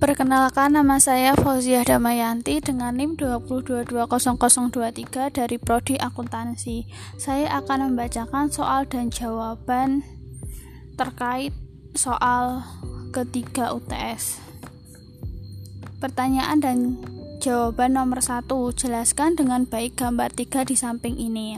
Perkenalkan, nama saya Fauziah Damayanti dengan NIM 2222023 dari Prodi Akuntansi. Saya akan membacakan soal dan jawaban terkait soal ketiga UTS. Pertanyaan dan jawaban nomor 1. Jelaskan dengan baik gambar 3 di samping ini.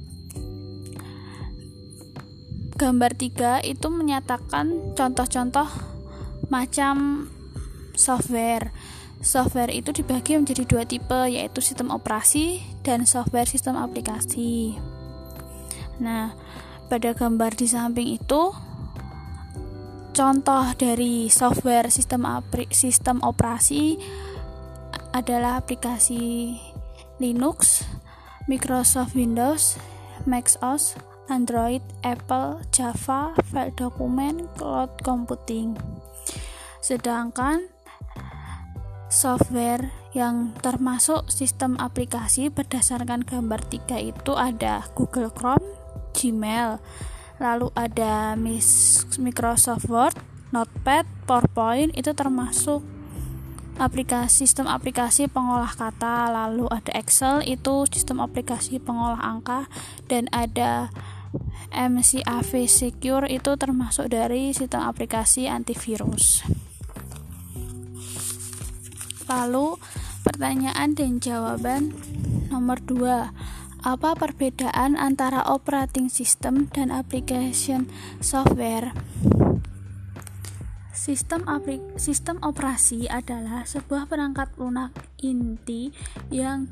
Gambar 3 itu menyatakan contoh-contoh macam software. Software itu dibagi menjadi dua tipe, yaitu sistem operasi dan software sistem aplikasi. Nah, pada gambar di samping itu contoh dari software sistem operasi adalah aplikasi Linux, Microsoft Windows, Mac OS, Android, Apple, Java, file dokumen, cloud computing. Sedangkan software yang termasuk sistem aplikasi berdasarkan gambar 3 itu ada Google Chrome, Gmail, lalu ada Microsoft Word, Notepad, PowerPoint, itu termasuk sistem aplikasi pengolah kata, lalu ada Excel, itu sistem aplikasi pengolah angka, dan ada MCAV Secure, itu termasuk dari sistem aplikasi antivirus. Lalu pertanyaan dan jawaban nomor 2. Apa perbedaan antara operating system dan application software? Sistem operasi adalah sebuah perangkat lunak inti yang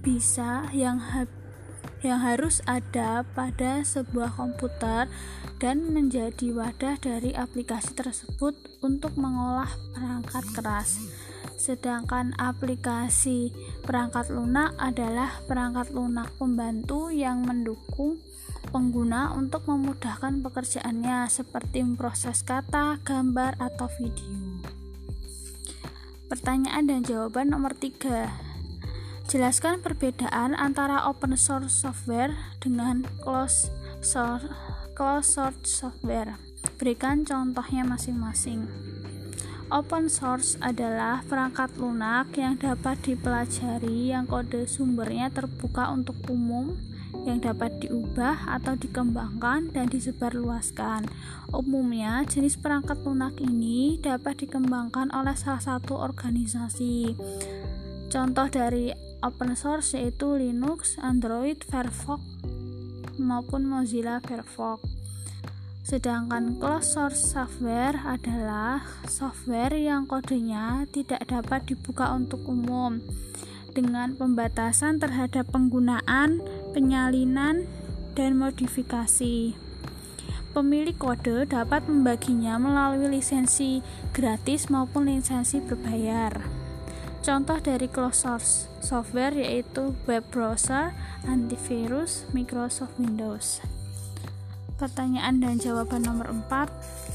harus ada pada sebuah komputer dan menjadi wadah dari aplikasi tersebut untuk mengolah perangkat keras. Sedangkan aplikasi perangkat lunak adalah perangkat lunak pembantu yang mendukung pengguna untuk memudahkan pekerjaannya, seperti memproses kata, gambar, atau video. Pertanyaan dan jawaban nomor 3. Jelaskan perbedaan antara open source software dengan closed source software. Berikan contohnya masing-masing. Open source adalah perangkat lunak yang dapat dipelajari, yang kode sumbernya terbuka untuk umum, yang dapat diubah atau dikembangkan dan disebarluaskan. Umumnya, jenis perangkat lunak ini dapat dikembangkan oleh salah satu organisasi. Contoh dari open source yaitu Linux, Android, Firefox, maupun Mozilla Firefox. Sedangkan closed source software adalah software yang kodenya tidak dapat dibuka untuk umum, dengan pembatasan terhadap penggunaan, penyalinan, dan modifikasi. Pemilik kode dapat membaginya melalui lisensi gratis maupun lisensi berbayar. Contoh dari closed source software yaitu web browser, antivirus, Microsoft Windows. Pertanyaan dan jawaban nomor 4.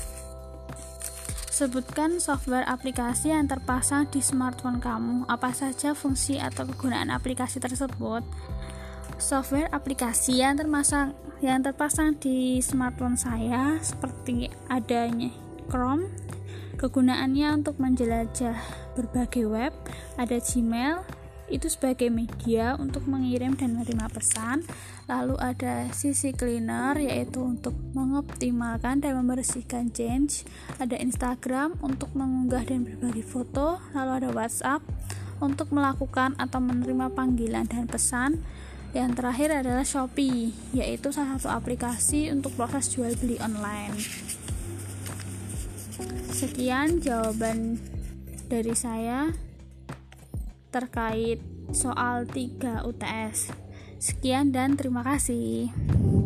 Sebutkan software aplikasi yang terpasang di smartphone kamu. Apa saja fungsi atau kegunaan aplikasi tersebut? Software aplikasi yang terpasang di smartphone saya seperti adanya Chrome. Kegunaannya untuk menjelajah berbagai web, ada Gmail, itu sebagai media untuk mengirim dan menerima pesan. Lalu ada CC Cleaner, yaitu untuk mengoptimalkan dan membersihkan change. Ada Instagram untuk mengunggah dan berbagi foto. Lalu ada WhatsApp untuk melakukan atau menerima panggilan dan pesan. Yang terakhir adalah Shopee, yaitu salah satu aplikasi untuk proses jual beli online. Sekian jawaban dari saya terkait soal 3 UTS. Sekian dan terima kasih.